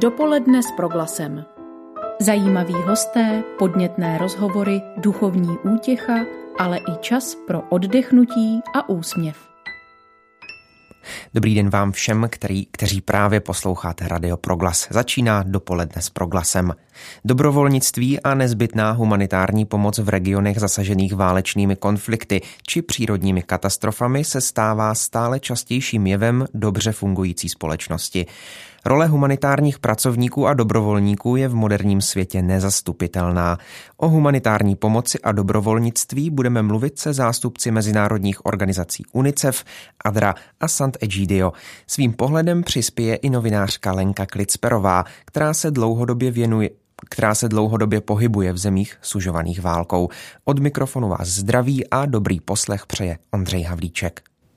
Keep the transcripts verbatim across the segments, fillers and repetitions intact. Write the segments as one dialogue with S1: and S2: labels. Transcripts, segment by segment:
S1: Dopoledne s Proglasem. Zajímaví hosté, podnětné rozhovory, duchovní útěcha, ale i čas pro oddechnutí a úsměv.
S2: Dobrý den vám všem, který, kteří právě posloucháte Radio Proglas. Začíná Dopoledne s Proglasem. Dobrovolnictví a nezbytná humanitární pomoc v regionech zasažených válečnými konflikty či přírodními katastrofami se stává stále častějším jevem dobře fungující společnosti. Role humanitárních pracovníků a dobrovolníků je v moderním světě nezastupitelná. O humanitární pomoci a dobrovolnictví budeme mluvit se zástupci mezinárodních organizací UNICEF, ADRA a Sant'Egidio. Svým pohledem přispěje i novinářka Lenka Klicperová, která se dlouhodobě věnuje která se dlouhodobě pohybuje v zemích sužovaných válkou. Od mikrofonu vás zdraví a dobrý poslech přeje Ondřej Havlíček.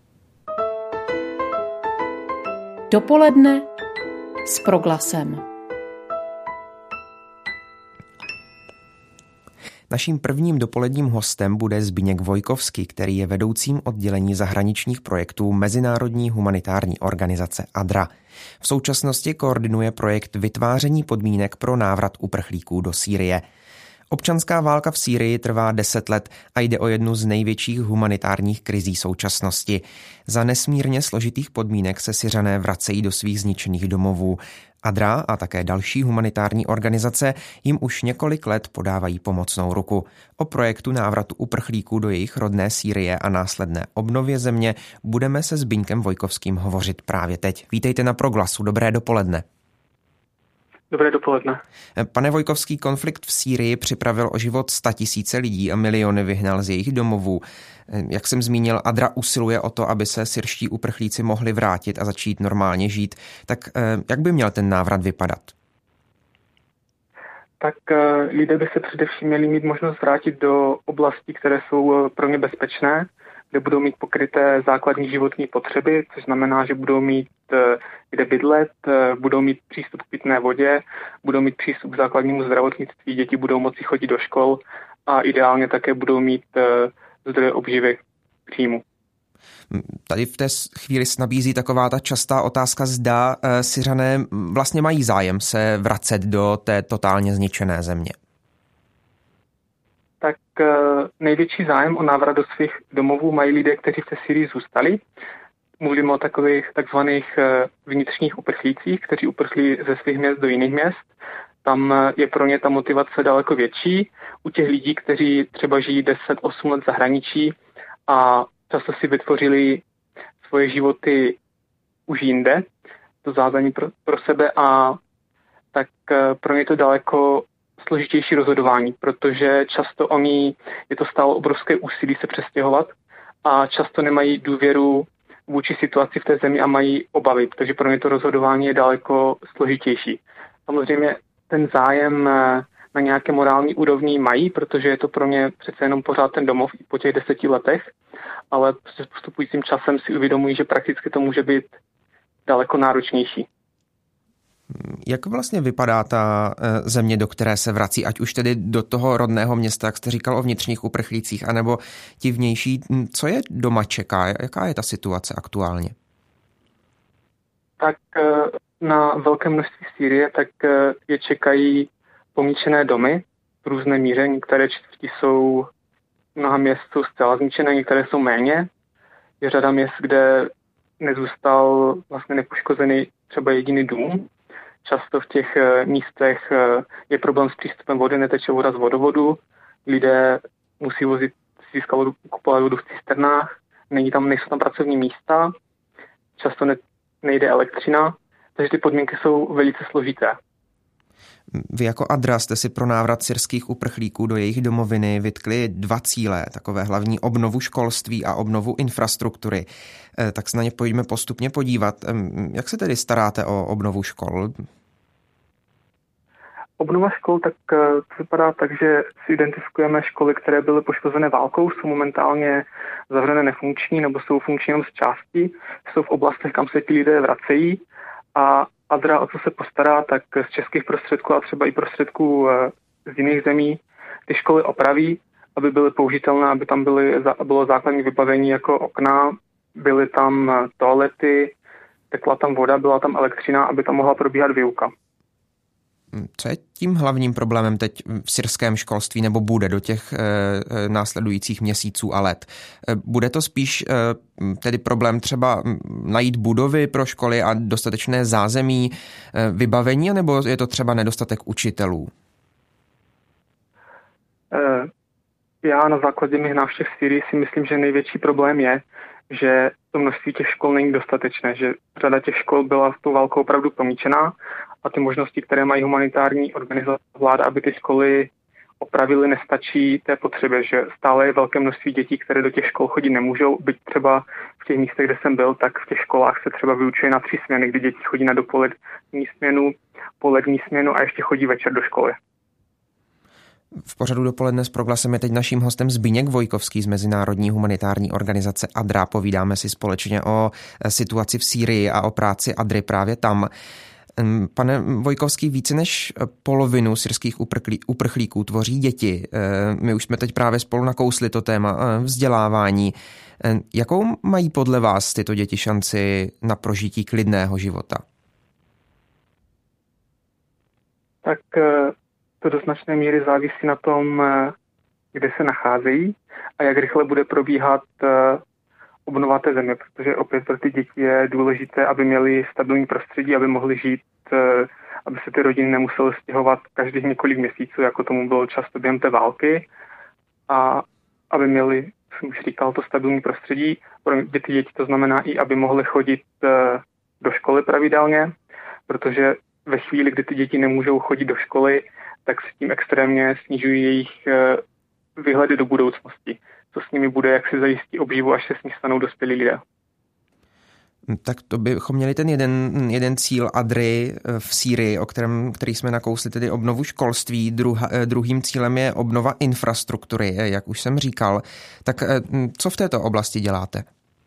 S1: Dopoledne s Proglasem.
S2: Naším prvním dopoledním hostem bude Zbyněk Vojkovský, který je vedoucím oddělení zahraničních projektů Mezinárodní humanitární organizace ADRA. V současnosti koordinuje projekt vytváření podmínek pro návrat uprchlíků do Sýrie. Občanská válka v Sýrii trvá deset let a jde o jednu z největších humanitárních krizí současnosti. Za nesmírně složitých podmínek se Syřané vracejí do svých zničených domovů. ADRA a také další humanitární organizace jim už několik let podávají pomocnou ruku. O projektu návratu uprchlíků do jejich rodné Sýrie a následné obnově země budeme se Zbyňkem Vojkovským hovořit právě teď. Vítejte na Proglasu, dobré dopoledne.
S3: Dobré dopoledne.
S2: Pane Vojkovský, konflikt v Sýrii připravil o život statisíce lidí a miliony vyhnal z jejich domovů. Jak jsem zmínil, ADRA usiluje o to, aby se syrští uprchlíci mohli vrátit a začít normálně žít. Tak jak by měl ten návrat vypadat?
S3: Tak lidé by se především měli mít možnost vrátit do oblastí, které jsou pro ně bezpečné, kde budou mít pokryté základní životní potřeby, což znamená, že budou mít kde bydlet, budou mít přístup k pitné vodě, budou mít přístup k základnímu zdravotnictví, děti budou moci chodit do škol a ideálně také budou mít zdroje obživy příjmu.
S2: Tady v té chvíli se nabízí taková ta častá otázka, zda Syřané vlastně mají zájem se vracet do té totálně zničené země.
S3: Tak největší zájem o návrat do svých domovů mají lidé, kteří v té Syrii zůstali. Mluvíme o takových takzvaných vnitřních uprchlících, kteří uprchli ze svých měst do jiných měst. Tam je pro ně ta motivace daleko větší. U těch lidí, kteří třeba žijí deset osm let v zahraničí a často si vytvořili svoje životy už jinde, to zázemí pro, pro sebe, a tak pro ně je to daleko složitější rozhodování, protože často oni, je to stálo obrovské úsilí se přestěhovat a často nemají důvěru vůči situaci v té zemi a mají obavy, takže pro ně to rozhodování je daleko složitější. Samozřejmě ten zájem na nějaké morální úrovni mají, protože je to pro ně přece jenom pořád ten domov i po těch deseti letech, ale s postupujícím časem si uvědomují, že prakticky to může být daleko náročnější.
S2: Jak vlastně vypadá ta země, do které se vrací, ať už tedy do toho rodného města, jak jste říkal o vnitřních uprchlících, anebo ti vnější, co je doma čeká, jaká je ta situace aktuálně?
S3: Tak na velké množství Sýrie tak je čekají pomíčené domy v různé míře, některé čtvrti jsou, mnoha měst jsou zcela zničené, některé jsou méně. Je řada měst, kde nezůstal vlastně nepoškozený třeba jediný dům. Často v těch místech je problém s přístupem vody, neteče voda z vodovodu, lidé musí vozit, získat vodu, kupovat vodu v cisternách, není tam, nejsou tam pracovní místa, často ne, nejde elektřina, takže ty podmínky jsou velice složité.
S2: Vy jako ADRA jste si pro návrat syrských uprchlíků do jejich domoviny vytkli dva cíle, takové hlavní obnovu školství a obnovu infrastruktury. Tak se na ně pojďme postupně podívat. Jak se tedy staráte o obnovu škol?
S3: Obnova škol tak to vypadá tak, že si identifikujeme školy, které byly poškozené válkou, jsou momentálně zavřené nefunkční nebo jsou funkční jenom z části, jsou v oblastech, kam se ti lidé vracejí, a ADRA o co se postará, tak z českých prostředků a třeba i prostředků z jiných zemí ty školy opraví, aby byly použitelné, aby tam byly, bylo základní vybavení jako okna, byly tam toalety, tekla tam voda, byla tam elektřina, aby tam mohla probíhat výuka.
S2: Co je tím hlavním problémem teď v syrském školství nebo bude do těch e, následujících měsíců a let? E, bude to spíš e, tedy problém třeba najít budovy pro školy a dostatečné zázemí, e, vybavení, nebo je to třeba nedostatek učitelů?
S3: E, já na základě mých návštěv v Syrii si myslím, že největší problém je, že to množství těch škol není dostatečné, že řada těch škol byla s tou válkou opravdu pomíčená a ty možnosti, které mají humanitární organizace vláda, aby ty školy opravily, nestačí té potřebě, že stále je velké množství dětí, které do těch škol chodit nemůžou, byť třeba v těch místech, kde jsem byl, tak v těch školách se třeba vyučuje na tři směny, kdy děti chodí na dopolední směnu, polední směnu a ještě chodí večer do školy.
S2: V pořadu Dopoledne s Proglasem je teď naším hostem Zbyněk Vojkovský z Mezinárodní humanitární organizace A D R A. Povídáme si společně o situaci v Sýrii a o práci A D R Y právě tam. Pane Vojkovský, více než polovinu syrských uprchlíků tvoří děti. My už jsme teď právě spolu nakousli to téma vzdělávání. Jakou mají podle vás tyto děti šanci na prožití klidného života?
S3: Tak to do značné míry závisí na tom, kde se nacházejí a jak rychle bude probíhat obnova té země, protože opět pro ty děti je důležité, aby měli stabilní prostředí, aby mohli žít, aby se ty rodiny nemusely stěhovat každých několik měsíců, jako tomu bylo často během té války, a aby měli, jsem už říkal, to stabilní prostředí. Pro ty děti to znamená i, aby mohly chodit do školy pravidelně, protože ve chvíli, kdy ty děti nemůžou chodit do školy, tak se tím extrémně snižují jejich výhledy do budoucnosti. Co s nimi bude, jak si zajistí obživu, až se s nich stanou dospělí lidé.
S2: Tak to bychom měli ten jeden, jeden cíl A D R Y v Sýrii, o kterém, který jsme nakousli, tedy obnovu školství. Druha, druhým cílem je obnova infrastruktury, jak už jsem říkal. Tak co v této oblasti děláte?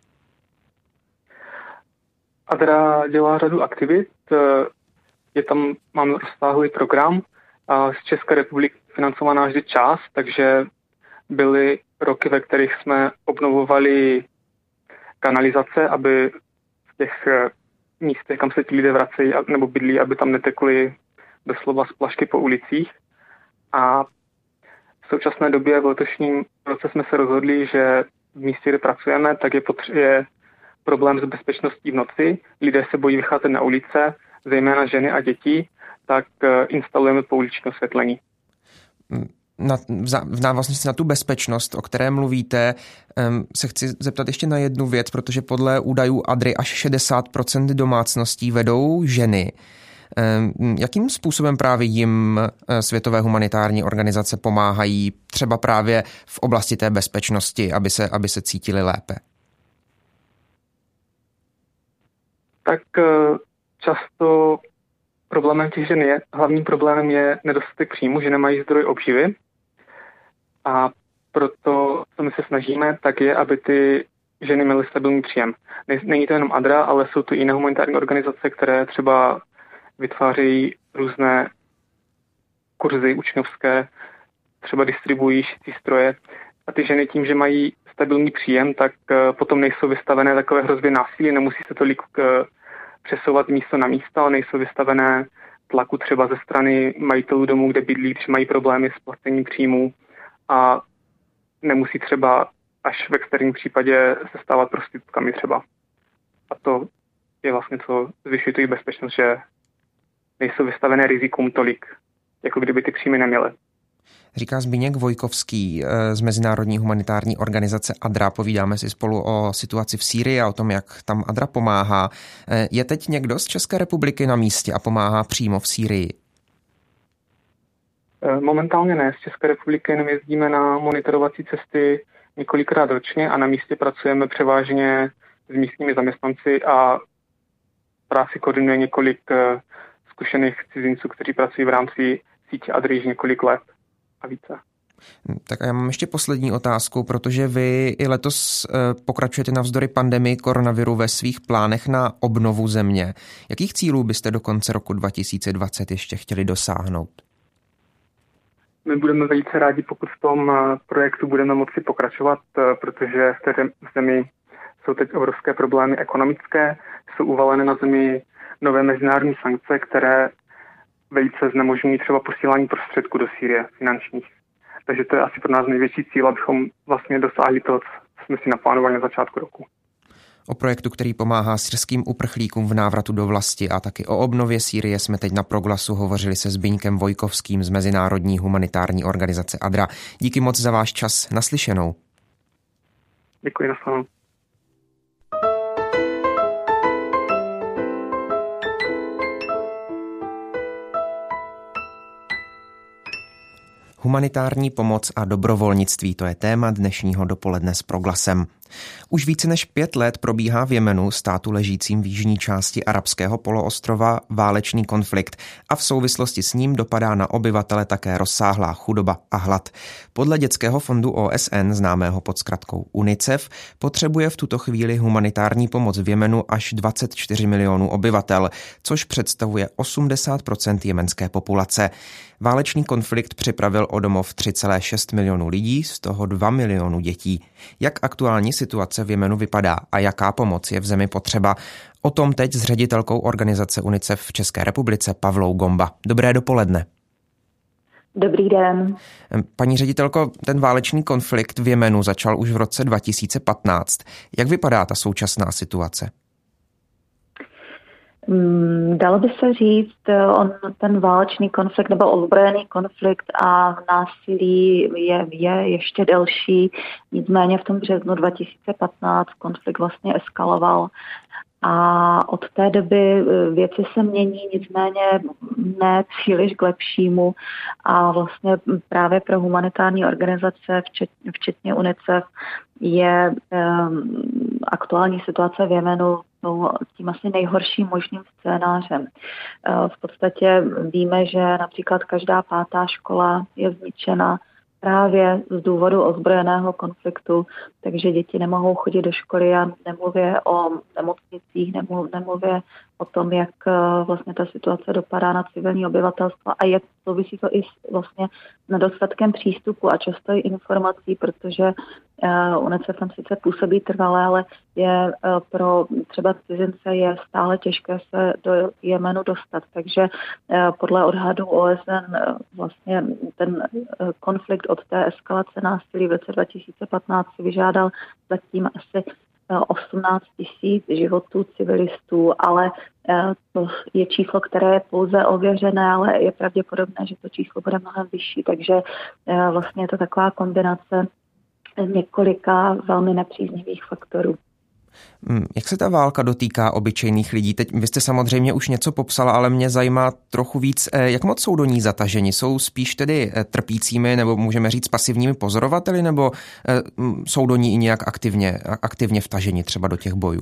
S3: A D R A dělá řadu aktivit. Je tam, máme rozsáhlý program a z České republiky financovaná vždy část, takže byly roky, ve kterých jsme obnovovali kanalizace, aby v těch místech, kam se ti lidé vracejí nebo bydlí, aby tam netekly doslova splašky po ulicích. A v současné době v letošním roce jsme se rozhodli, že v místě, kde pracujeme, tak je, potře- je problém s bezpečností v noci. Lidé se bojí vycházet na ulice, zejména ženy a děti, tak instalujeme pouliční osvětlení.
S2: Na, v návaznosti na tu bezpečnost, o které mluvíte, se chci zeptat ještě na jednu věc, protože podle údajů A D R Y až šedesát procent domácností vedou ženy. Jakým způsobem právě jim světové humanitární organizace pomáhají třeba právě v oblasti té bezpečnosti, aby se, aby se cítili lépe?
S3: Tak často problémem těch žen je, hlavním problémem je nedostatek příjmu, že nemají zdroj obživy. A proto, co my se snažíme, tak je, aby ty ženy měly stabilní příjem. Není to jenom A D R A, ale jsou to i jiné humanitární organizace, které třeba vytvářejí různé kurzy učňovské, třeba distribuují šicí stroje. A ty ženy tím, že mají stabilní příjem, tak potom nejsou vystavené takové hrozbě násilí, nemusí se tolik přesouvat místo na místo, ale nejsou vystavené tlaku třeba ze strany majitelů domů, kde bydlí, když mají problémy s placením příjmů a nemusí třeba až v externím případě se stávat prostitutkami třeba. A to je vlastně, co zvyšuje tu bezpečnost, že nejsou vystavené rizikům tolik, jako kdyby ty příjmy neměly.
S2: Říká Zbyněk Vojkovský z Mezinárodní humanitární organizace A D R A. Povídáme si spolu o situaci v Sýrii a o tom, jak tam A D R A pomáhá. Je teď někdo z České republiky na místě a pomáhá přímo v Sýrii?
S3: Momentálně ne. Z České republiky jenom jezdíme na monitorovací cesty několikrát ročně a na místě pracujeme převážně s místními zaměstnanci a práci koordinuje několik zkušených cizinců, kteří pracují v rámci sítě A D R Y již několik let a více.
S2: Tak a já mám ještě poslední otázku, protože vy i letos pokračujete navzdory pandemii koronaviru ve svých plánech na obnovu země. Jakých cílů byste do konce roku dva tisíce dvacet ještě chtěli dosáhnout?
S3: My budeme velice rádi, pokud v tom projektu budeme moci pokračovat, protože v té zemi jsou teď obrovské problémy ekonomické, jsou uvalené na zemi nové mezinárodní sankce, které velice znemožňují třeba posílání prostředků do Sýrie finančních. Takže to je asi pro nás největší cíl, abychom vlastně dosáhli toho, co jsme si naplánovali na začátku roku.
S2: O projektu, který pomáhá syrským uprchlíkům v návratu do vlasti a taky o obnově Sýrie jsme teď na Proglasu hovořili se Zbyňkem Vojkovským z mezinárodní humanitární organizace ADRA. Díky moc za váš čas. Naslyšenou.
S3: Děkuji, naslyšenou.
S2: Humanitární pomoc a dobrovolnictví, to je téma dnešního dopoledne s Proglasem. Už více než pět let probíhá v Jemenu, státu ležícím v jižní části arabského poloostrova, válečný konflikt a v souvislosti s ním dopadá na obyvatele také rozsáhlá chudoba a hlad. Podle Dětského fondu O S N, známého pod zkratkou UNICEF, potřebuje v tuto chvíli humanitární pomoc v Jemenu až dvacet čtyři milionů obyvatel, což představuje osmdesát procent jemenské populace. Válečný konflikt připravil o domov tři celé šest milionů lidí, z toho dva milionů dětí. Jak aktuální situace v Jemenu vypadá a jaká pomoc je v zemi potřeba? O tom teď s ředitelkou organizace UNICEF v České republice Pavlou Gomba. Dobré dopoledne.
S4: Dobrý den.
S2: Paní ředitelko, ten válečný konflikt v Jemenu začal už v roce dva tisíce patnáct. Jak vypadá ta současná situace?
S4: Dalo by se říct, on ten válečný konflikt nebo ozbrojený konflikt a násilí je, je ještě delší. Nicméně v tom březnu dva tisíce patnáct konflikt vlastně eskaloval a od té doby věci se mění, nicméně ne příliš k lepšímu a vlastně právě pro humanitární organizace, včetně, včetně UNICEF, je um, aktuální situace v Jemenu jsou tím asi nejhorším možným scénářem. V podstatě víme, že například každá pátá škola je zničena právě z důvodu ozbrojeného konfliktu, takže děti nemohou chodit do školy a nemluvě o nemocnicích, nemluvě o tom, jak vlastně ta situace dopadá na civilní obyvatelstvo a jak souvisí to i s vlastně nedostatkem přístupu a často i informací, protože uh, UNICEF tam sice působí trvalé, ale je uh, pro třeba cizince je stále těžké se do Jemenu dostat. Takže uh, podle odhadu O S N uh, vlastně ten uh, konflikt od té eskalace násilí v roce dva tisíce patnáct si vyžádal zatím asi osmnáct tisíc životů civilistů, ale to je číslo, které je pouze ověřené, ale je pravděpodobné, že to číslo bude mnohem vyšší, takže vlastně je to taková kombinace několika velmi nepříznivých faktorů.
S2: Jak se ta válka dotýká obyčejných lidí? Teď vy jste samozřejmě už něco popsala, ale mě zajímá trochu víc, jak moc jsou do ní zataženi? Jsou spíš tedy trpícími, nebo můžeme říct pasivními pozorovateli, nebo jsou do ní i nějak aktivně, aktivně vtaženi třeba do těch bojů?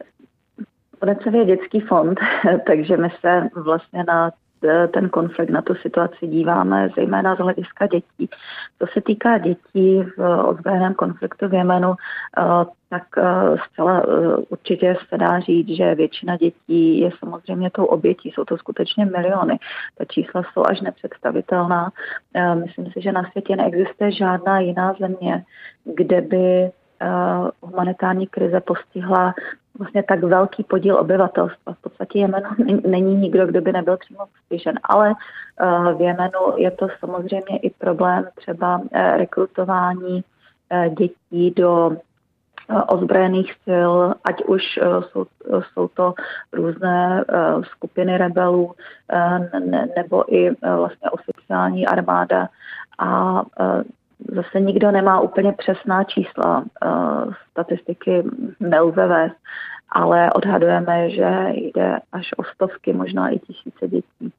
S4: UNICEF je dětský fond, takže my se vlastně na ten konflikt, na tu situaci díváme zejména z hlediska dětí. Co se týká dětí v ozbrojeném konfliktu v Jemenu, tak zcela určitě se dá říct, že většina dětí je samozřejmě tou obětí. Jsou to skutečně miliony. Ta čísla jsou až nepředstavitelná. Myslím si, že na světě neexistuje žádná jiná země, kde by humanitární krize postihla vlastně tak velký podíl obyvatelstva. V podstatě Jemenu není nikdo, kdo by nebyl přímo postižen, ale v Jemenu je to samozřejmě i problém třeba rekrutování dětí do ozbrojených sil, ať už jsou, jsou to různé skupiny rebelů nebo i vlastně oficiální armáda a zase nikdo nemá úplně přesná čísla, statistiky nelze vést, ale odhadujeme, že jde až o stovky, možná i tisíce dětí.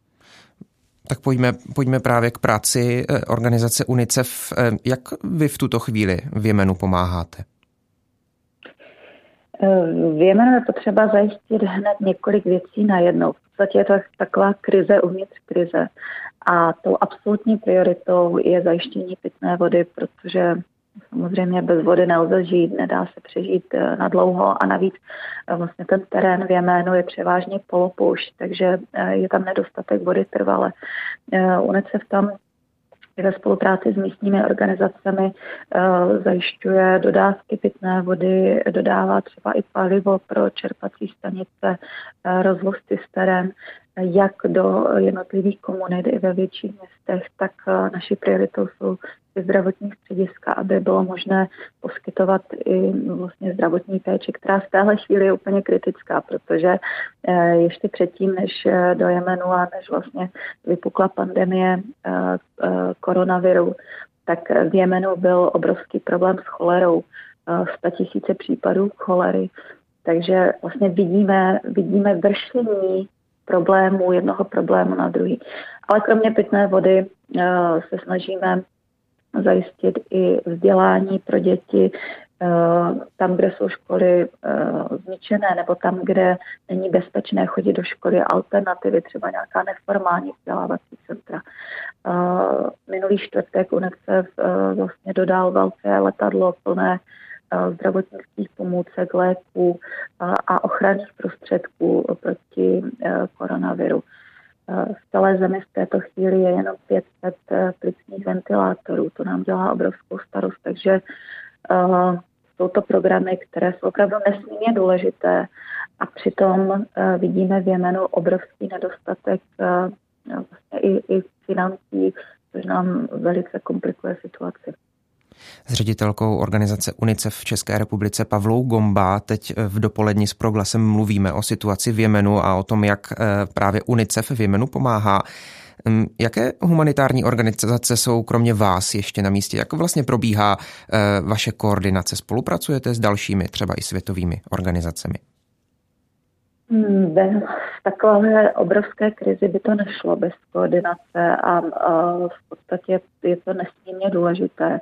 S2: Tak pojďme, pojďme právě k práci organizace UNICEF. Jak vy v tuto chvíli v Jemenu pomáháte?
S4: V Jemenu je potřeba zajistit hned několik věcí najednou. V podstatě je to taková krize uvnitř krize. A tou absolutní prioritou je zajištění pitné vody, protože samozřejmě bez vody nelze žít, nedá se přežít na dlouho a navíc vlastně ten terén v Jemenu je převážně polopoušť, takže je tam nedostatek vody trvale. UNICEF tam ve spolupráci s místními organizacemi uh, zajišťuje dodávky pitné vody, dodává třeba i palivo pro čerpací stanice, uh, rozvoz cisteren. jak do jednotlivých komunit i ve větších městech, tak naší prioritou jsou ty zdravotní střediska, aby bylo možné poskytovat i vlastně zdravotní péči, která v téhle chvíli je úplně kritická, protože ještě předtím, než do Jemenu a než vlastně vypukla pandemie koronaviru, tak v Jemenu byl obrovský problém s cholerou, sto tisíce případů cholery, takže vlastně vidíme, vidíme vršení problémů, jednoho problému na druhý. Ale kromě pitné vody uh, se snažíme zajistit i vzdělání pro děti uh, tam, kde jsou školy uh, zničené, nebo tam, kde není bezpečné chodit do školy, alternativy, třeba nějaká neformální vzdělávací centra. Uh, minulý čtvrtek UNICEF uh, vlastně dodal velké letadlo plné zdravotnických pomůcek, léků a ochranných prostředků proti koronaviru. V celé zemi v této chvíli je jenom pět set plicních ventilátorů. To nám dělá obrovskou starost, takže jsou to programy, které jsou opravdu nesmírně důležité a přitom vidíme v Jemenu obrovský nedostatek vlastně i, i financí, což nám velice komplikuje situaci.
S2: S ředitelkou organizace UNICEF v České republice Pavlou Gomba teď v dopoledni s Proglasem mluvíme o situaci v Jemenu a o tom, jak právě UNICEF v Jemenu pomáhá. Jaké humanitární organizace jsou kromě vás ještě na místě? Jak vlastně probíhá vaše koordinace? Spolupracujete s dalšími, třeba i světovými organizacemi?
S4: V takové obrovské krizi by to nešlo bez koordinace a v podstatě je to nesmírně důležité.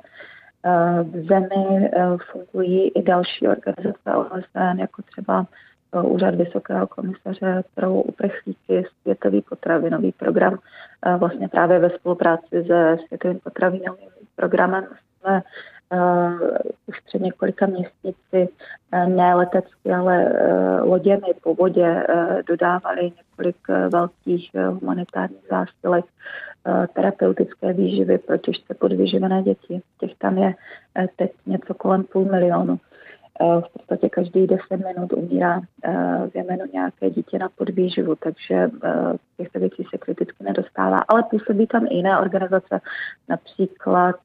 S4: V zemi fungují i další organizace O S N, jako třeba Úřad Vysokého komisaře pro uprchlíky, Světový potravinový program. Vlastně právě ve spolupráci se Světovým potravinovým programem jsme uh, už před několika měsíci ne letecky, ale uh, loděmi po vodě uh, dodávali několik uh, velkých uh, humanitárních zásilek uh, terapeutické výživy pro těžce podvyživené děti. Těch tam je uh, teď něco kolem půl milionu. Uh, v podstatě každý deset minut umírá uh, v Jemenu nějaké dítě na podvýživu, takže uh, těchto věcí se kriticky nedostává. Ale působí tam i jiné organizace, například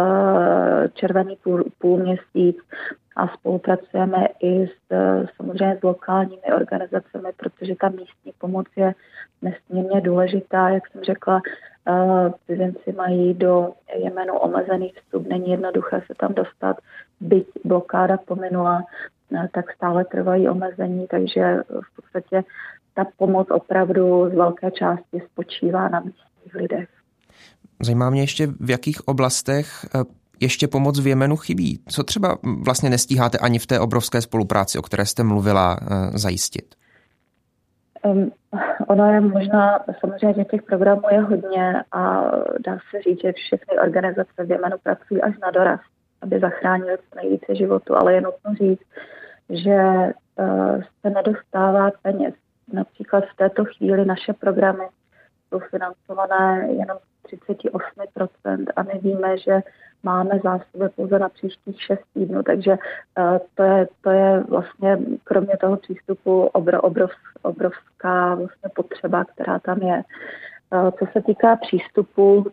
S4: Červený půl, půlměsíc a spolupracujeme i s, samozřejmě s lokálními organizacemi, protože ta místní pomoc je nesmírně důležitá. Jak jsem řekla, cizinci mají do Jemenu omezený vstup, není jednoduché se tam dostat, byť blokáda pominula, tak stále trvají omezení, takže v podstatě ta pomoc opravdu z velké části spočívá na místních lidech.
S2: Zajímá mě ještě, v jakých oblastech ještě pomoc v Jemenu chybí. Co třeba vlastně nestíháte ani v té obrovské spolupráci, o které jste mluvila, zajistit?
S4: Um, ono je možná, samozřejmě, že těch programů je hodně a dá se říct, že všechny organizace v Jemenu pracují až na doraz, aby zachránili co nejvíce životu, ale je nutno říct, že uh, se nedostává peněz. Například v této chvíli naše programy jsou financované jenom třicet osm procent a my víme, že máme zásoby pouze na příštích šest týdnů, takže uh, to, je, to je vlastně kromě toho přístupu obro, obrov, obrovská vlastně potřeba, která tam je. Uh, co se týká přístupu,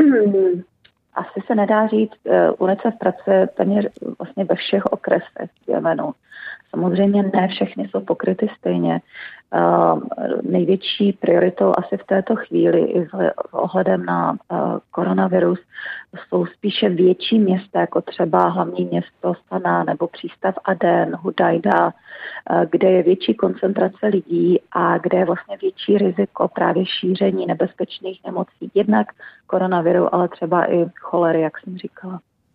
S4: asi se nedá říct, uh, UNICEF pracuje téměř vlastně ve všech okresech v Jemenu. Samozřejmě ne všechny jsou pokryty stejně. Uh, největší prioritou asi v této chvíli i s ohledem na uh, koronavirus jsou spíše větší města, jako třeba hlavní město Sana nebo přístav Aden, Hudajda, uh, kde je větší koncentrace lidí a kde je vlastně větší riziko právě šíření nebezpečných nemocí. Jednak koronaviru, ale třeba i cholery, jak jsem říkala.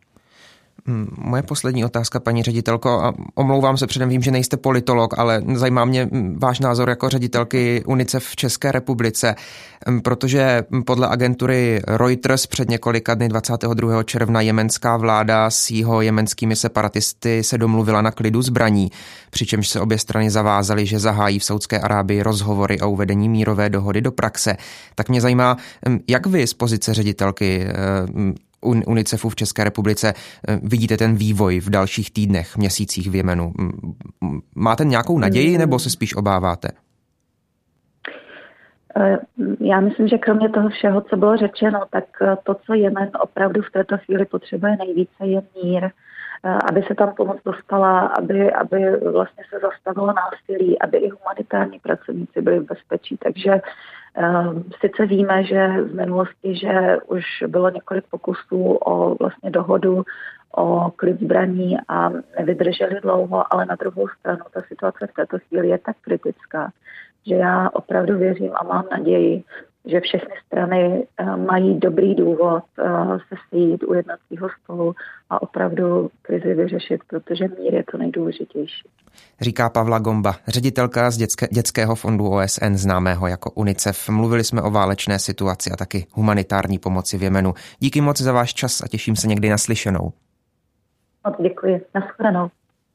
S2: Moje poslední otázka, paní ředitelko, a omlouvám se předem, vím, že nejste politolog, ale zajímá mě váš názor jako ředitelky UNICEF v České republice, protože podle agentury Reuters před několika dny dvacátého druhého června jemenská vláda s jeho jemenskými separatisty se domluvila na klidu zbraní, přičemž se obě strany zavázaly, že zahájí v Saudské Arábii rozhovory o uvedení mírové dohody do praxe. Tak mě zajímá, jak vy z pozice ředitelky UNICEFu v České republice vidíte ten vývoj v dalších týdnech, měsících v Jemenu. Máte nějakou naději nebo se spíš obáváte?
S4: Já myslím, že kromě toho všeho, co bylo řečeno, tak to, co Jemen opravdu v této chvíli potřebuje nejvíce, je mír, aby se tam pomoc dostala, aby, aby vlastně se zastavilo násilí, aby i humanitární pracovníci byli v bezpečí. Takže um, sice víme, že z minulosti, že už bylo několik pokusů o vlastně dohodu o klid zbraní a nevydrželi dlouho, ale na druhou stranu ta situace v této chvíli je tak kritická, že já opravdu věřím a mám naději, že všechny strany mají dobrý důvod se sejít u jednacího stolu a opravdu krizi vyřešit, protože mír je to nejdůležitější.
S2: Říká Pavla Gomba, ředitelka z dětské, dětského fondu O S N, známého jako UNICEF. Mluvili jsme o válečné situaci a taky humanitární pomoci v Jemenu. Díky moc za váš čas a těším se někdy na slyšenou.
S4: Moc děkuji. Nashledanou.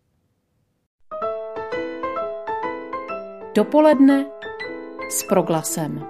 S1: Dopoledne s Proglasem.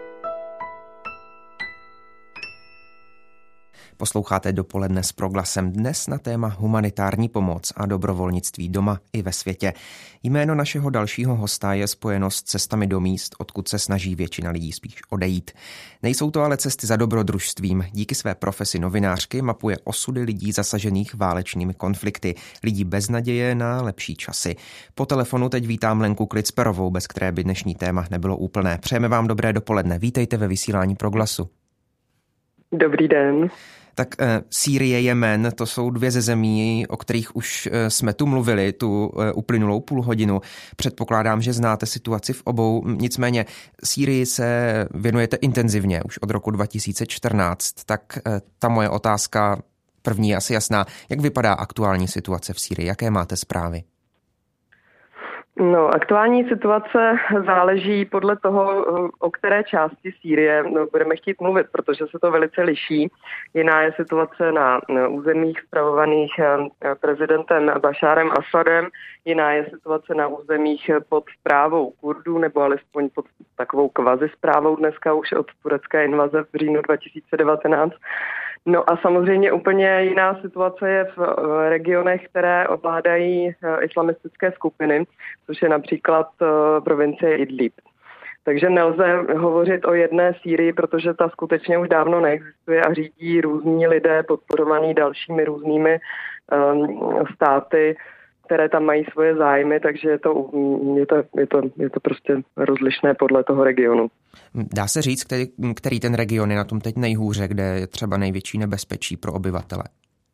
S2: Posloucháte Dopoledne s Proglasem, dnes na téma humanitární pomoc a dobrovolnictví doma i ve světě. Jméno našeho dalšího hosta je spojeno s cestami do míst, odkud se snaží většina lidí spíš odejít. Nejsou to ale cesty za dobrodružstvím. Díky své profesi novinářky mapuje osudy lidí zasažených válečnými konflikty, lidí bez naděje na lepší časy. Po telefonu teď vítám Lenku Klicperovou, bez které by dnešní téma nebylo úplné. Přejeme vám dobré dopoledne. Vítejte ve vysílání Proglasu.
S5: Dobrý den.
S2: Tak e, Sýrie, Jemen, to jsou dvě ze zemí, o kterých už e, jsme tu mluvili, tu e, uplynulou půl hodinu. Předpokládám, že znáte situaci v obou. Nicméně Sýrii se věnujete intenzivně už od roku dva tisíce čtrnáct. Tak e, ta moje otázka první je asi jasná. Jak vypadá aktuální situace v Sýrii? Jaké máte zprávy?
S5: No, aktuální situace záleží podle toho, o které části Sýrie no, budeme chtít mluvit, protože se to velice liší. Jiná je situace na územích spravovaných prezidentem Bašárem Asadem, jiná je situace na územích pod správou Kurdů, nebo alespoň pod takovou kvazi správou dneska už od turecké invaze v říjnu dva tisíce devatenáct. No a samozřejmě úplně jiná situace je v regionech, které ovládají islamistické skupiny, což je například provincie Idlib. Takže nelze hovořit o jedné Sýrii, protože ta skutečně už dávno neexistuje a řídí různí lidé podporovaní dalšími různými um, státy, které tam mají svoje zájmy, takže je to, je to, je to, je to prostě rozlišné podle toho regionu.
S2: Dá se říct, který, který ten region je na tom teď nejhůře, kde je třeba největší nebezpečí pro obyvatele?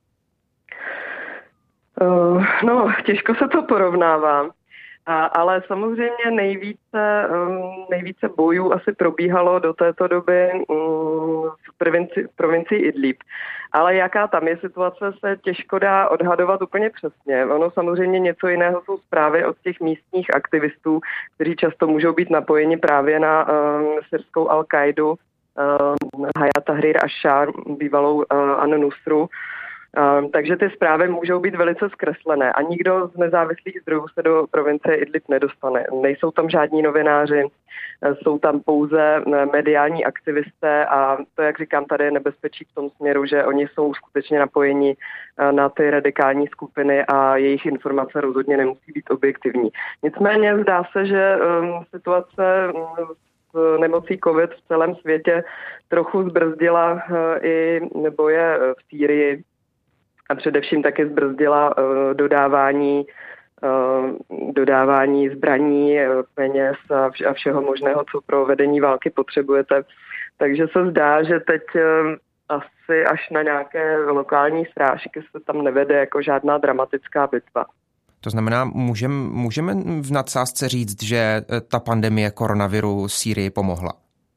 S5: Uh, no, těžko se to porovnává. A, ale samozřejmě nejvíce, um, nejvíce bojů asi probíhalo do této doby um, v provinci, provincii Idlib. Ale jaká tam je situace, se těžko dá odhadovat úplně přesně. Ono samozřejmě něco jiného jsou zprávy od těch místních aktivistů, kteří často můžou být napojeni právě na um, syrskou Al-Kaidu, um, Hayat Tahrir Ash-Sham, bývalou uh, An-Nusru. Uh, takže ty zprávy můžou být velice zkreslené a nikdo z nezávislých zdrojů se do provincie Idlib nedostane. Nejsou tam žádní novináři, uh, jsou tam pouze uh, mediální aktivisté a to, jak říkám, tady je nebezpečí v tom směru, že oni jsou skutečně napojeni uh, na ty radikální skupiny a jejich informace rozhodně nemusí být objektivní. Nicméně zdá se, že um, situace um, s nemocí COVID v celém světě trochu zbrzdila uh, i boje v Sýrii. A především taky zbrzdila uh, dodávání, uh, dodávání zbraní, uh, peněz a, vš- a všeho možného, co pro vedení války potřebujete. Takže se zdá, že teď uh, asi až na nějaké lokální srážky se tam nevede jako žádná dramatická bitva.
S2: To znamená, můžem, můžeme v nadsázce říct, že ta pandemie koronaviru Sýrii pomohla?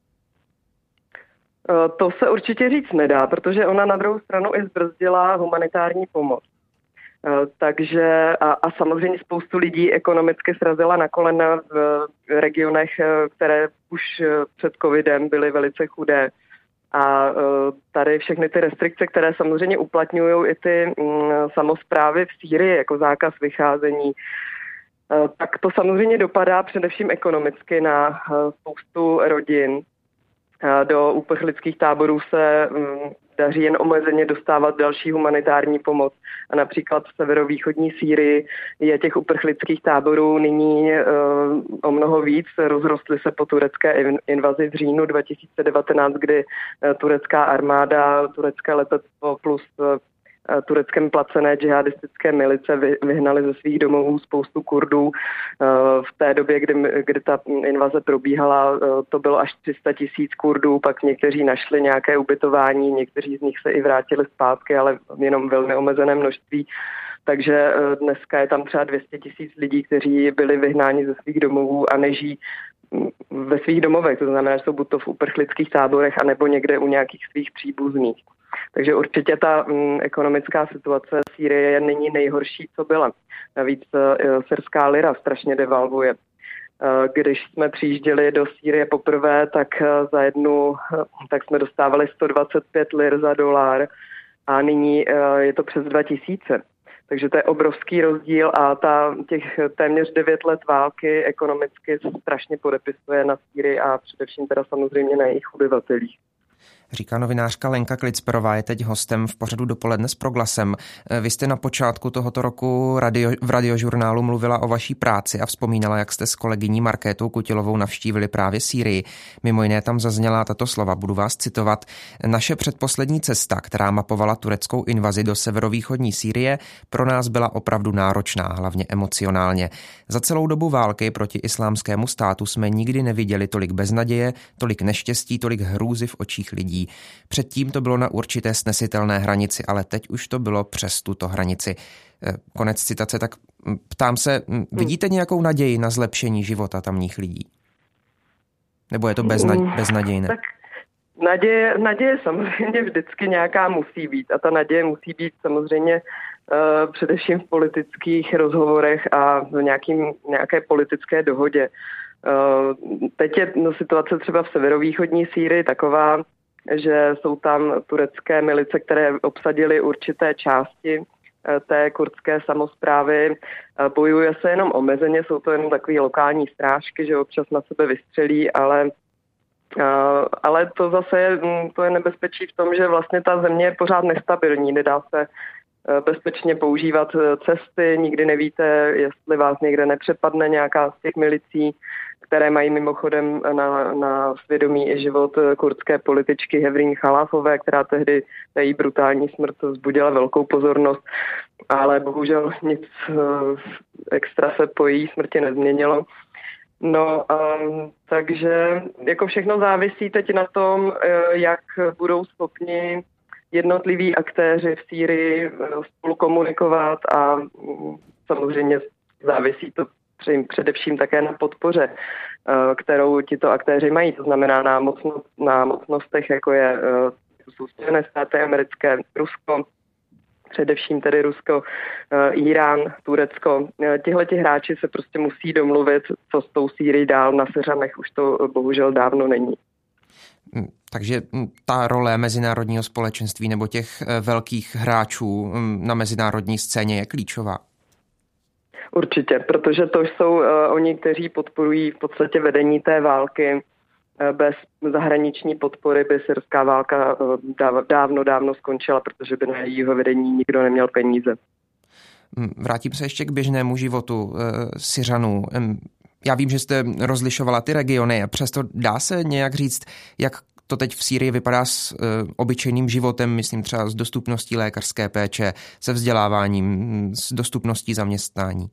S5: To se určitě říct nedá, protože ona na druhou stranu i zbrzdila humanitární pomoc. Takže a, a samozřejmě spoustu lidí ekonomicky srazila na kolena v regionech, které už před covidem byly velice chudé. A tady všechny ty restrikce, které samozřejmě uplatňují i ty samosprávy v Sýrii, jako zákaz vycházení, tak to samozřejmě dopadá především ekonomicky na spoustu rodin. Do uprchlických táborů se daří jen omezeně dostávat další humanitární pomoc. A například v severovýchodní Sýrii je těch uprchlických táborů nyní uh, o mnoho víc. Rozrostly se po turecké invazi v říjnu dva tisíce devatenáct, kdy uh, turecká armáda, turecké letectvo plus uh, tureckém placené džihadistické milice vyhnali ze svých domovů spoustu Kurdů. V té době, kdy, kdy ta invaze probíhala, to bylo až tři sta tisíc Kurdů, pak někteří našli nějaké ubytování, někteří z nich se i vrátili zpátky, ale jenom velmi omezené množství. Takže dneska je tam třeba dvě stě tisíc lidí, kteří byli vyhnáni ze svých domovů a nežijí ve svých domovech. To znamená, že jsou buď to v uprchlických táborech, anebo někde u nějakých svých příbuzných. Takže určitě ta mm, ekonomická situace Sýrie je nyní nejhorší, co byla. Navíc uh, syrská lira strašně devalvuje. Uh, když jsme přijížděli do Sýrie poprvé, tak uh, za jednu, uh, tak jsme dostávali sto dvacet pět lir za dolar a nyní uh, je to přes dva tisíce. Takže to je obrovský rozdíl a ta, těch téměř devět let války ekonomicky strašně podepisuje na Sýrii a především teda samozřejmě na jejich obyvatelích.
S2: Říká novinářka Lenka Klicperová, je teď hostem v pořadu Dopoledne s Proglasem. Vy jste na počátku tohoto roku radio, v radiožurnálu mluvila o vaší práci a vzpomínala, jak jste s kolegyní Markétou Kutilovou navštívili právě Sýrii. Mimo jiné tam zazněla tato slova, budu vás citovat. Naše předposlední cesta, která mapovala tureckou invazi do severovýchodní Sýrie, pro nás byla opravdu náročná, hlavně emocionálně. Za celou dobu války proti islámskému státu jsme nikdy neviděli tolik beznaděje, tolik neštěstí, tolik hrůzy v očích lidí. Předtím to bylo na určité snesitelné hranici, ale teď už to bylo přes tuto hranici. Konec citace, tak ptám se, vidíte nějakou naději na zlepšení života tamních lidí? Nebo je to bezna- beznadějné?
S5: Tak naděje, naděje samozřejmě vždycky nějaká musí být a ta naděje musí být samozřejmě uh, především v politických rozhovorech a v nějakým, nějaké politické dohodě. Uh, teď je no, situace třeba v severovýchodní Sýrii taková, že jsou tam turecké milice, které obsadily určité části té kurdské samosprávy. Bojuje se jenom omezeně, jsou to jenom takové lokální strážky, že občas na sebe vystřelí, ale, ale to zase je, to je nebezpečí v tom, že vlastně ta země je pořád nestabilní, nedá se bezpečně používat cesty, nikdy nevíte, jestli vás někde nepřepadne nějaká z těch milicí, které mají mimochodem na, na svědomí i život kurdské političky Hevrin Chalafové, která tehdy její brutální smrt vzbudila velkou pozornost, ale bohužel nic extra se po její smrti nezměnilo. No, um, takže jako všechno závisí teď na tom, jak budou schopni jednotliví aktéři v Sýrii spolu komunikovat a samozřejmě závisí to především také na podpoře, kterou tito aktéři mají, to znamená na, mocno, na mocnostech, jako je jsou Spojené státy americké, Rusko, především tedy Rusko, Irán, Turecko. Tihleti hráči se prostě musí domluvit, co s tou Sýrií dál. Na seřanech už to bohužel dávno není.
S2: Takže ta role mezinárodního společenství nebo těch velkých hráčů na mezinárodní scéně je klíčová.
S5: Určitě, protože to jsou uh, oni, kteří podporují v podstatě vedení té války. Uh, bez zahraniční podpory by syrská válka uh, dáv, dávno, dávno skončila, protože by na jejího vedení nikdo neměl peníze.
S2: Vrátím se ještě k běžnému životu uh, Syřanů. Um, já vím, že jste rozlišovala ty regiony a přesto dá se nějak říct, jak to teď v Sýrii vypadá s uh, obyčejným životem, myslím třeba s dostupností lékařské péče, se vzděláváním, s dostupností zaměstnání?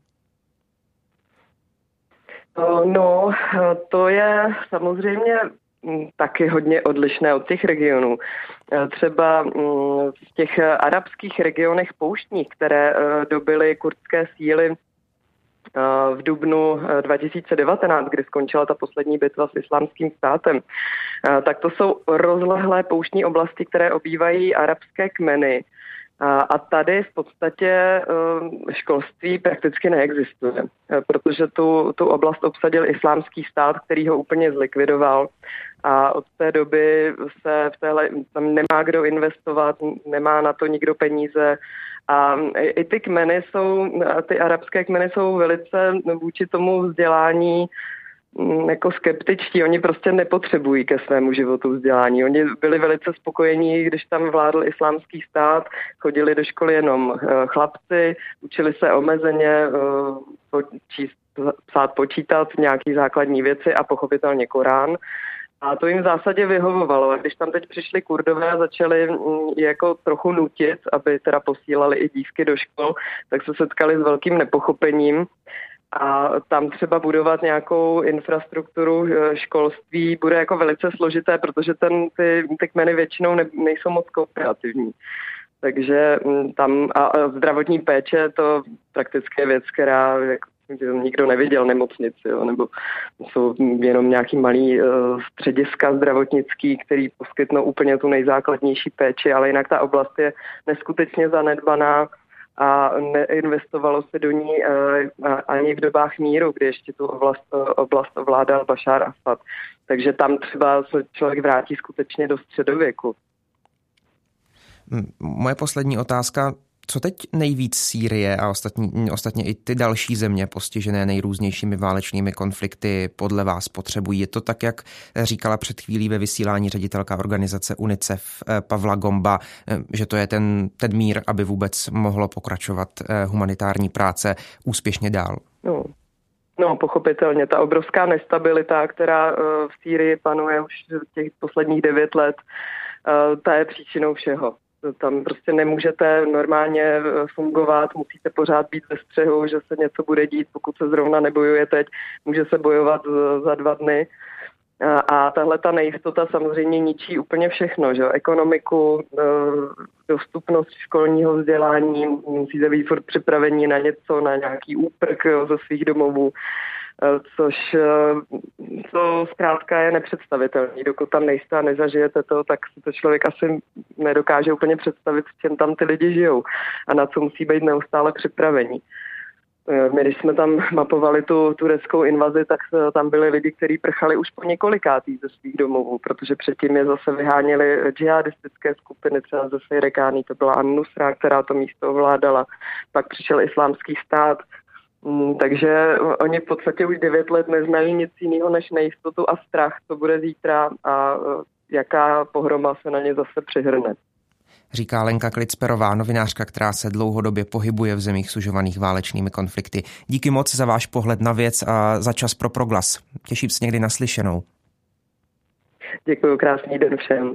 S5: No, to je samozřejmě taky hodně odlišné od těch regionů. Třeba v těch arabských regionech pouštních, které dobyly kurdské síly v dubnu dva tisíce devatenáct, kdy skončila ta poslední bitva s islámským státem, tak to jsou rozlehlé pouštní oblasti, které obývají arabské kmeny. A tady v podstatě školství prakticky neexistuje, protože tu, tu oblast obsadil islámský stát, který ho úplně zlikvidoval a od té doby se v téhle, tam nemá kdo investovat, nemá na to nikdo peníze a i ty kmeny jsou, ty arabské kmeny jsou velice vůči tomu vzdělání jako skeptičtí, oni prostě nepotřebují ke svému životu vzdělání. Oni byli velice spokojení, když tam vládl islámský stát, chodili do školy jenom chlapci, učili se omezeně číst, psát, počítat, nějaký základní věci a pochopitelně Korán. A to jim v zásadě vyhovovalo. A když tam teď přišli Kurdové a začali jako trochu nutit, aby teda posílali i dívky do škol, tak se setkali s velkým nepochopením. A tam třeba budovat nějakou infrastrukturu školství bude jako velice složité, protože ten, ty, ty kmeny většinou ne, nejsou moc kooperativní. Takže tam a, a zdravotní péče to prakticky je věc, která jako, nikdo neviděl nemocnici, jo, nebo jsou jenom nějaký malý uh, střediska zdravotnický, který poskytnou úplně tu nejzákladnější péči, ale jinak ta oblast je neskutečně zanedbaná a neinvestovalo se do ní uh, ani v dobách míru, kdy ještě tu oblast, uh, oblast ovládal Bašár Asad. Takže tam třeba se člověk vrátí skutečně do středověku.
S2: Moje poslední otázka. Co teď nejvíc Sýrie a ostatní, ostatně i ty další země postižené nejrůznějšími válečnými konflikty podle vás potřebují? Je to tak, jak říkala před chvílí ve vysílání ředitelka organizace UNICEF Pavla Gomba, že to je ten, ten mír, aby vůbec mohlo pokračovat humanitární práce úspěšně dál?
S5: No. No, pochopitelně. Ta obrovská nestabilita, která v Sýrii panuje už těch posledních devět let, ta je příčinou všeho. Tam prostě nemůžete normálně fungovat, musíte pořád být ve střehu, že se něco bude dít, pokud se zrovna nebojuje teď, může se bojovat za dva dny. A tahle ta nejistota samozřejmě ničí úplně všechno, že? Ekonomiku, dostupnost školního vzdělání, musíte být furt připraveni na něco, na nějaký úprk ze svých domovů, což to zkrátka je nepředstavitelné. Dokud tam nejste a nezažijete to, tak si to člověk asi nedokáže úplně představit, s čem tam ty lidi žijou a na co musí být neustále připraveni. My, když jsme tam mapovali tu tureckou invazi, tak tam byli lidi, kteří prchali už po několikátý ze svých domovů, protože předtím je zase vyháněly džihadistické skupiny, třeba ze Sejrekány, to byla An-Nusra, která to místo ovládala, pak přišel islámský stát, takže oni v podstatě už devět let neznají nic jiného než nejistotu a strach, co bude zítra a jaká pohroma se na ně zase přihrne.
S2: Říká Lenka Klicperová, novinářka, která se dlouhodobě pohybuje v zemích sužovaných válečnými konflikty. Díky moc za váš pohled na věc a za čas pro Proglas. Těším se někdy naslyšenou.
S5: Děkuji, krásný den všem.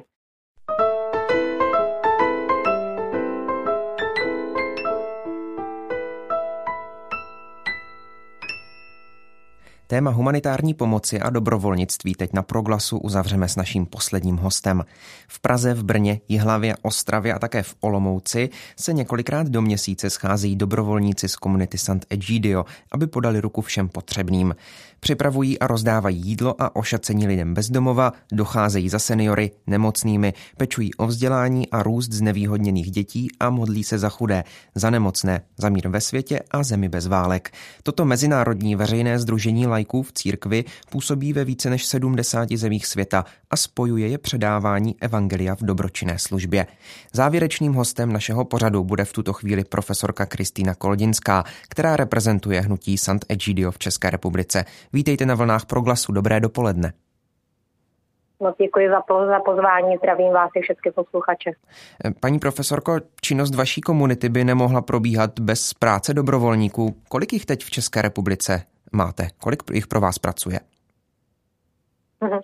S2: Téma humanitární pomoci a dobrovolnictví teď na Proglasu uzavřeme s naším posledním hostem. V Praze, v Brně, Jihlavě, Ostravě a také v Olomouci se několikrát do měsíce scházejí dobrovolníci z komunity Sant'Egidio, aby podali ruku všem potřebným. Připravují a rozdávají jídlo a ošacení lidem bez domova, docházejí za seniory, nemocnými, pečují o vzdělání a růst znevýhodněných dětí a modlí se za chudé, za nemocné, za mír ve světě a zemi bez válek. Toto mezinárodní veřejné sdružení laiků v církvi působí ve více než sedmdesáti zemích světa a spojuje je předávání evangelia v dobročinné službě. Závěrečným hostem našeho pořadu bude v tuto chvíli profesorka Kristýna Koldinská, která reprezentuje hnutí Sant'Egidio v České republice. Vítejte na vlnách Proglasu, dobré dopoledne.
S6: No, děkuji za, po, za pozvání, zdravím vás i všechny posluchače.
S2: Paní profesorko, činnost vaší komunity by nemohla probíhat bez práce dobrovolníků. Kolik jich teď v České republice máte? Kolik jich pro vás pracuje?
S6: Uh,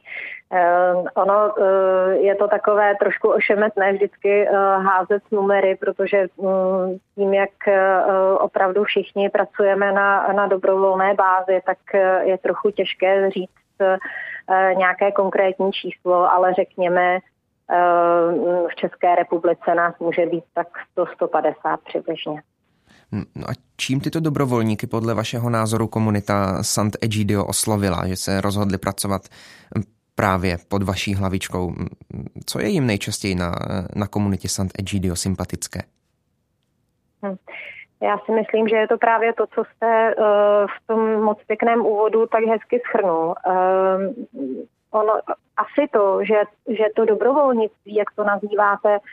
S6: ono uh, je to takové trošku ošemetné vždycky uh, házet numery, protože um, tím, jak uh, opravdu všichni pracujeme na, na dobrovolné bázi, tak uh, je trochu těžké říct uh, nějaké konkrétní číslo, ale řekněme, uh, v České republice nás může být tak sto až sto padesát přibližně.
S2: No a čím tyto dobrovolníky podle vašeho názoru komunita Sant'Egidio oslovila, že se rozhodli pracovat právě pod vaší hlavičkou? Co je jim nejčastěji na, na komunitě Sant'Egidio sympatické?
S6: Hm. Já si myslím, že je to právě to, co jste uh, v tom moc pěkném úvodu tak hezky shrnul. Uh, ono, asi to, že, že to dobrovolnictví, jak to nazýváte,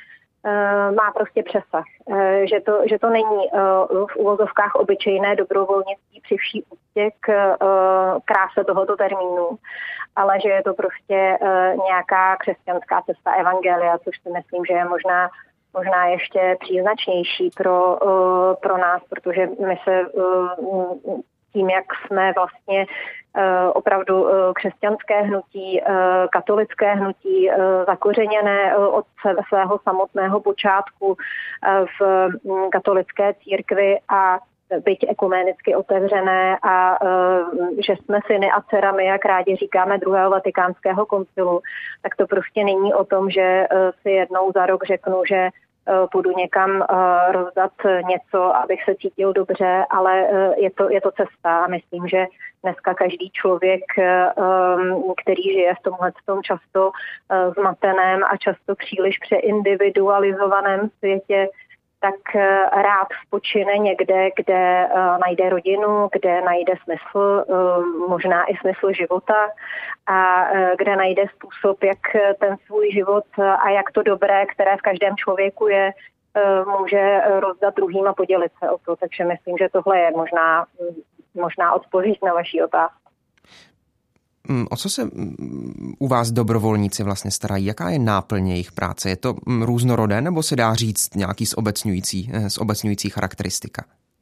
S6: má prostě přesah. Že to, že to není v uvozovkách obyčejné dobrovolnictví při vší úctě k kráse tohoto termínu, ale že je to prostě nějaká křesťanská cesta evangelia, což si myslím, že je možná možná ještě příznačnější pro, pro nás, protože my se tím, jak jsme vlastně opravdu křesťanské hnutí, katolické hnutí, zakořeněné od svého samotného počátku v katolické církvi a byť ekumenicky otevřené a že jsme syny a dcerami, jak rádi říkáme, druhého vatikánského koncilu, tak to prostě není o tom, že si jednou za rok řeknu, že půjdu někam rozdat něco, abych se cítil dobře, ale je to, je to cesta a myslím, že dneska každý člověk, který žije v tomhle tom často zmateném a často příliš přeindividualizovaném světě, tak rád spočine někde, kde najde rodinu, kde najde smysl, možná i smysl života a kde najde způsob, jak ten svůj život a jak to dobré, které v každém člověku je, může rozdat druhým a podělit se o to. Takže myslím, že tohle je možná, možná odpověď na vaši otázku.
S2: O co se u vás dobrovolníci vlastně starají? Jaká je náplň jejich práce? Je to různorodé nebo se dá říct nějaký zobecňující, zobecňující charakteristika?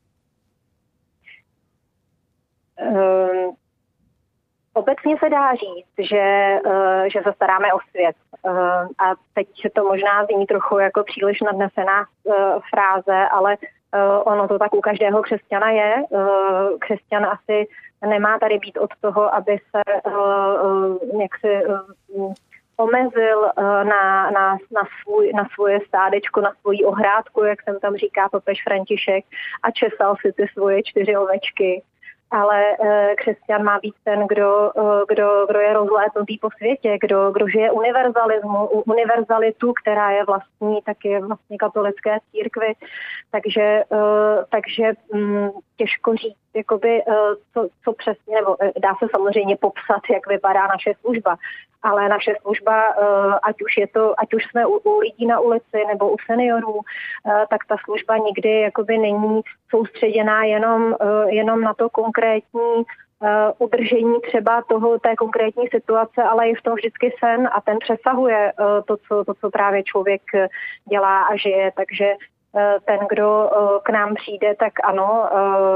S6: Um, obecně se dá říct, že, uh, že se staráme o svět. Uh, a teď to možná zní trochu jako příliš nadnesená uh, fráze, ale uh, ono to tak u každého křesťana je. Uh, křesťan asi nemá tady být od toho, aby se uh, jaksi uh, omezil uh, na, na, na, svůj, na svoje stádečko, na svoji ohrádku, jak jsem tam říká papež František, a česal si ty svoje čtyři ovečky. Ale uh, křesťan má být ten, kdo, uh, kdo, kdo je rozlétnutý po světě, kdo, kdo žije univerzalismu, univerzalitu, která je vlastní taky vlastně katolické církvi. Takže, uh, takže um, těžko říct, jakoby, uh, co, co přesně, nebo dá se samozřejmě popsat, jak vypadá naše služba. Ale naše služba, ať už je to, ať už jsme u, u lidí na ulici nebo u seniorů, tak ta služba nikdy jakoby není soustředěná jenom, jenom na to konkrétní udržení třeba toho, té konkrétní situace, ale je v tom vždycky sen a ten přesahuje to, co, to, co právě člověk dělá a žije. Takže ten, kdo k nám přijde, tak ano,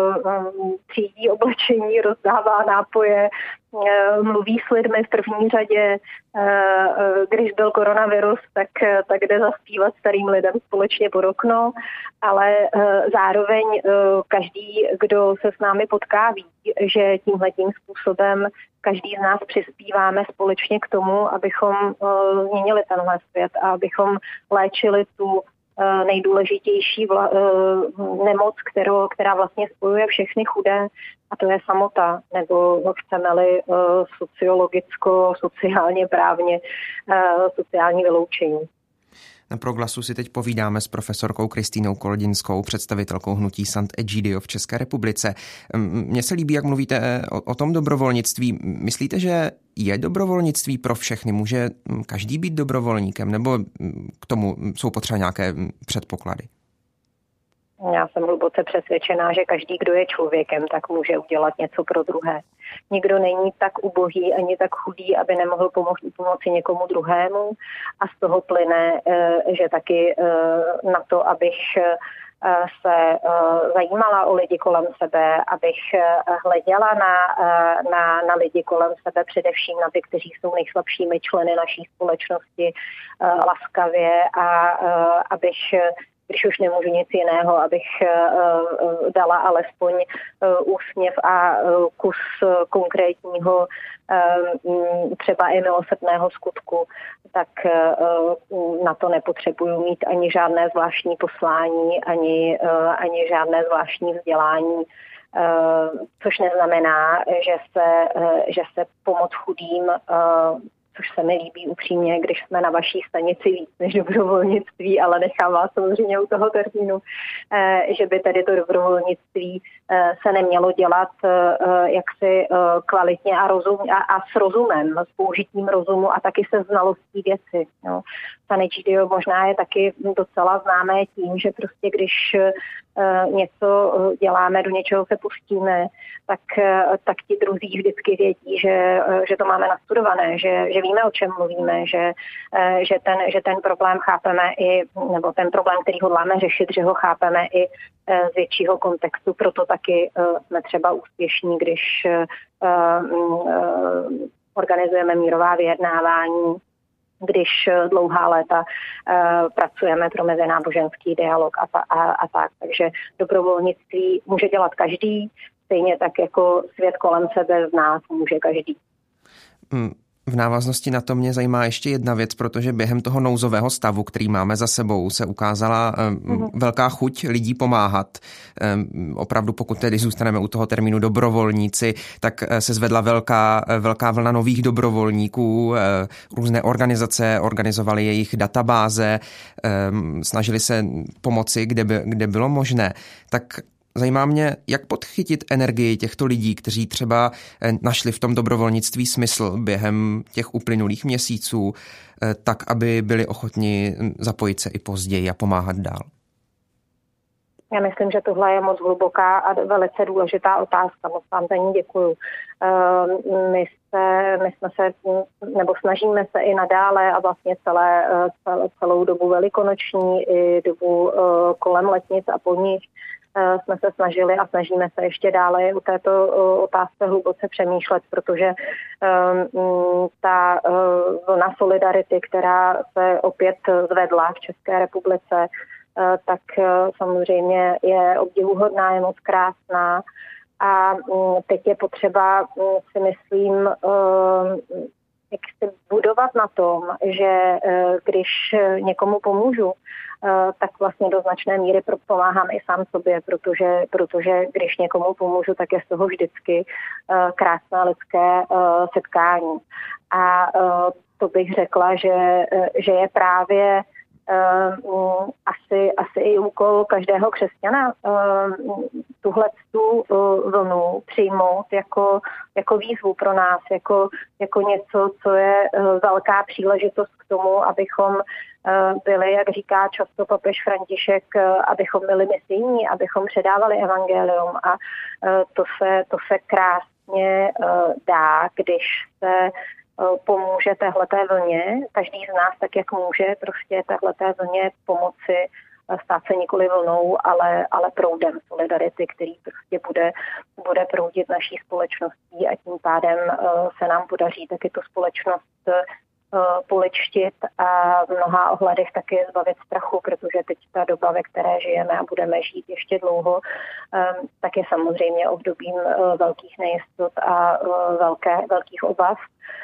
S6: třídí oblečení, rozdává nápoje, mluví s lidmi v první řadě. Když byl koronavirus, tak, tak jde zaspívat starým lidem společně pod okno, ale zároveň každý, kdo se s námi potká, ví, že tímhletím způsobem každý z nás přispíváme společně k tomu, abychom změnili tenhle svět a abychom léčili tu nejdůležitější vla, nemoc, kterou, která vlastně spojuje všechny chudé, a to je samota, nebo chceme-li sociologicko, sociálně právně, sociální vyloučení.
S2: Na Proglasu si teď povídáme s profesorkou Kristýnou Koldinskou, představitelkou hnutí Sant'Egidio v České republice. Mně se líbí, jak mluvíte o, o tom dobrovolnictví. Myslíte, že je dobrovolnictví pro všechny? Může každý být dobrovolníkem, nebo k tomu jsou potřeba nějaké předpoklady?
S6: Já jsem hluboce přesvědčená, že každý, kdo je člověkem, tak může udělat něco pro druhé. Nikdo není tak ubohý ani tak chudý, aby nemohl pomoct pomoci někomu druhému, a z toho plyne, že taky na to, abych se zajímala o lidi kolem sebe, abych hleděla na, na, na lidi kolem sebe, především na ty, kteří jsou nejslabšími členy naší společnosti, laskavě, a abych, když už nemůžu nic jiného, abych uh, dala alespoň uh, úsměv a uh, kus konkrétního uh, třeba i milosrdného skutku, tak uh, na to nepotřebuju mít ani žádné zvláštní poslání, ani, uh, ani žádné zvláštní vzdělání, uh, což neznamená, že se, uh, že se pomoc chudým, uh, což se mi líbí upřímně, když jsme na vaší stanici víc než dobrovolnictví, ale nechám vás samozřejmě u toho termínu, že by tedy to dobrovolnictví se nemělo dělat jaksi kvalitně a, rozum, a, a s rozumem, s použitím rozumu a taky se znalostí věci. No. Saničidio možná je taky docela známé tím, že prostě když něco děláme, do něčeho se pustíme, tak, tak ti druzí vždycky vědí, že, že to máme nastudované, že, že víme, o čem mluvíme, že, že, ten, že ten problém chápeme i, nebo ten problém, který hodláme řešit, že ho chápeme i z většího kontextu, proto taky jsme třeba úspěšní, když organizujeme mírová vyjednávání, když dlouhá léta uh, pracujeme pro mezináboženský dialog a, ta, a, a tak. Takže dobrovolnictví může dělat každý, stejně tak jako svět kolem sebe z nás může každý.
S2: Hmm. V návaznosti na to mě zajímá ještě jedna věc, protože během toho nouzového stavu, který máme za sebou, se ukázala um, velká chuť lidí pomáhat. Um, opravdu, pokud tedy zůstaneme u toho termínu dobrovolníci, tak uh, se zvedla velká, uh, velká vlna nových dobrovolníků. Uh, různé organizace organizovaly jejich databáze, um, snažili se pomoci, kde, by, kde bylo možné. Tak zajímá mě, jak podchytit energii těchto lidí, kteří třeba našli v tom dobrovolnictví smysl během těch uplynulých měsíců, tak, aby byli ochotni zapojit se i později a pomáhat dál.
S6: Já myslím, že tohle je moc hluboká a velice důležitá otázka. Moc vám za ní děkuju. My, se, my jsme se, nebo snažíme se i nadále a vlastně celé, celou dobu velikonoční i dobu kolem letnic a po nich jsme se snažili a snažíme se ještě dále o této otázce hluboce přemýšlet, protože um, ta vlna solidarity, která se opět zvedla v České republice, uh, tak uh, samozřejmě je obdivuhodná, je moc krásná a um, teď je potřeba, um, si myslím, um, jak se budovat na tom, že uh, když někomu pomůžu, tak vlastně do značné míry pomáhám i sám sobě, protože, protože když někomu pomůžu, tak je z toho vždycky krásné lidské setkání. A to bych řekla, že, že je právě Uh, asi, asi i úkol každého křesťana uh, tuhle tu uh, vlnu přijmout jako, jako výzvu pro nás, jako, jako něco, co je uh, velká příležitost k tomu, abychom uh, byli, jak říká často papež František, uh, abychom byli misijní, abychom předávali evangelium a uh, to, se, to se krásně uh, dá, když se pomůže téhleté vlně. Každý z nás tak, jak může, prostě téhleté vlně pomoci stát se nikoli vlnou, ale, ale proudem solidarity, který prostě bude, bude proudit naší společností a tím pádem se nám podaří taky tu společnost poličtit a v mnoha ohledech taky zbavit strachu, protože teď ta doba, ve které žijeme a budeme žít ještě dlouho, tak je samozřejmě obdobím velkých nejistot a velké, velkých obav.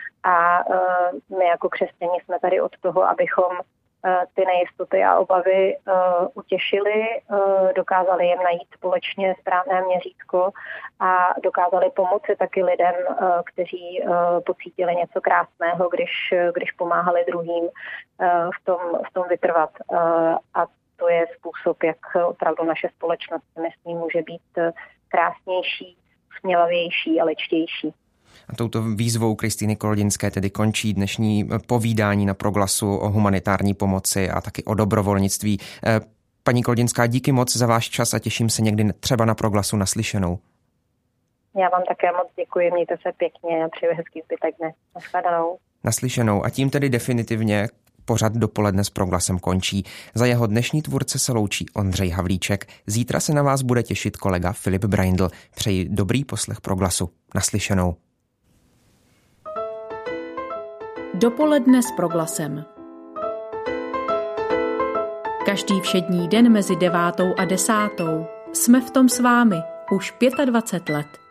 S6: A uh, my jako křesťané jsme tady od toho, abychom uh, ty nejistoty a obavy uh, utěšili, uh, dokázali jim najít společně správné měřítko a dokázali pomoci taky lidem, uh, kteří uh, pocítili něco krásného, když, když pomáhali druhým uh, v tom, v tom vytrvat. Uh, a to je způsob, jak opravdu naše společnost, myslím, může být krásnější, smělavější a ličtější.
S2: A touto výzvou Kristýny Kolodinské tedy končí dnešní povídání na Proglasu o humanitární pomoci a taky o dobrovolnictví. Paní Kolodinská, díky moc za váš čas a těším se někdy třeba na Proglasu naslyšenou.
S6: Já vám také moc děkuji, mějte se pěkně a přeji hezký zbytek dne. Nashledanou.
S2: Naslyšenou a tím tedy definitivně pořad Dopoledne s Proglasem končí. Za jeho dnešní tvůrce se loučí Ondřej Havlíček. Zítra se na vás bude těšit kolega Filip Braindl. Přeji dobrý poslech Proglasu. Naslyšenou.
S1: Dopoledne s Proglasem. Každý všední den mezi devátou a desátou jsme v tom s vámi už dvacet pět let.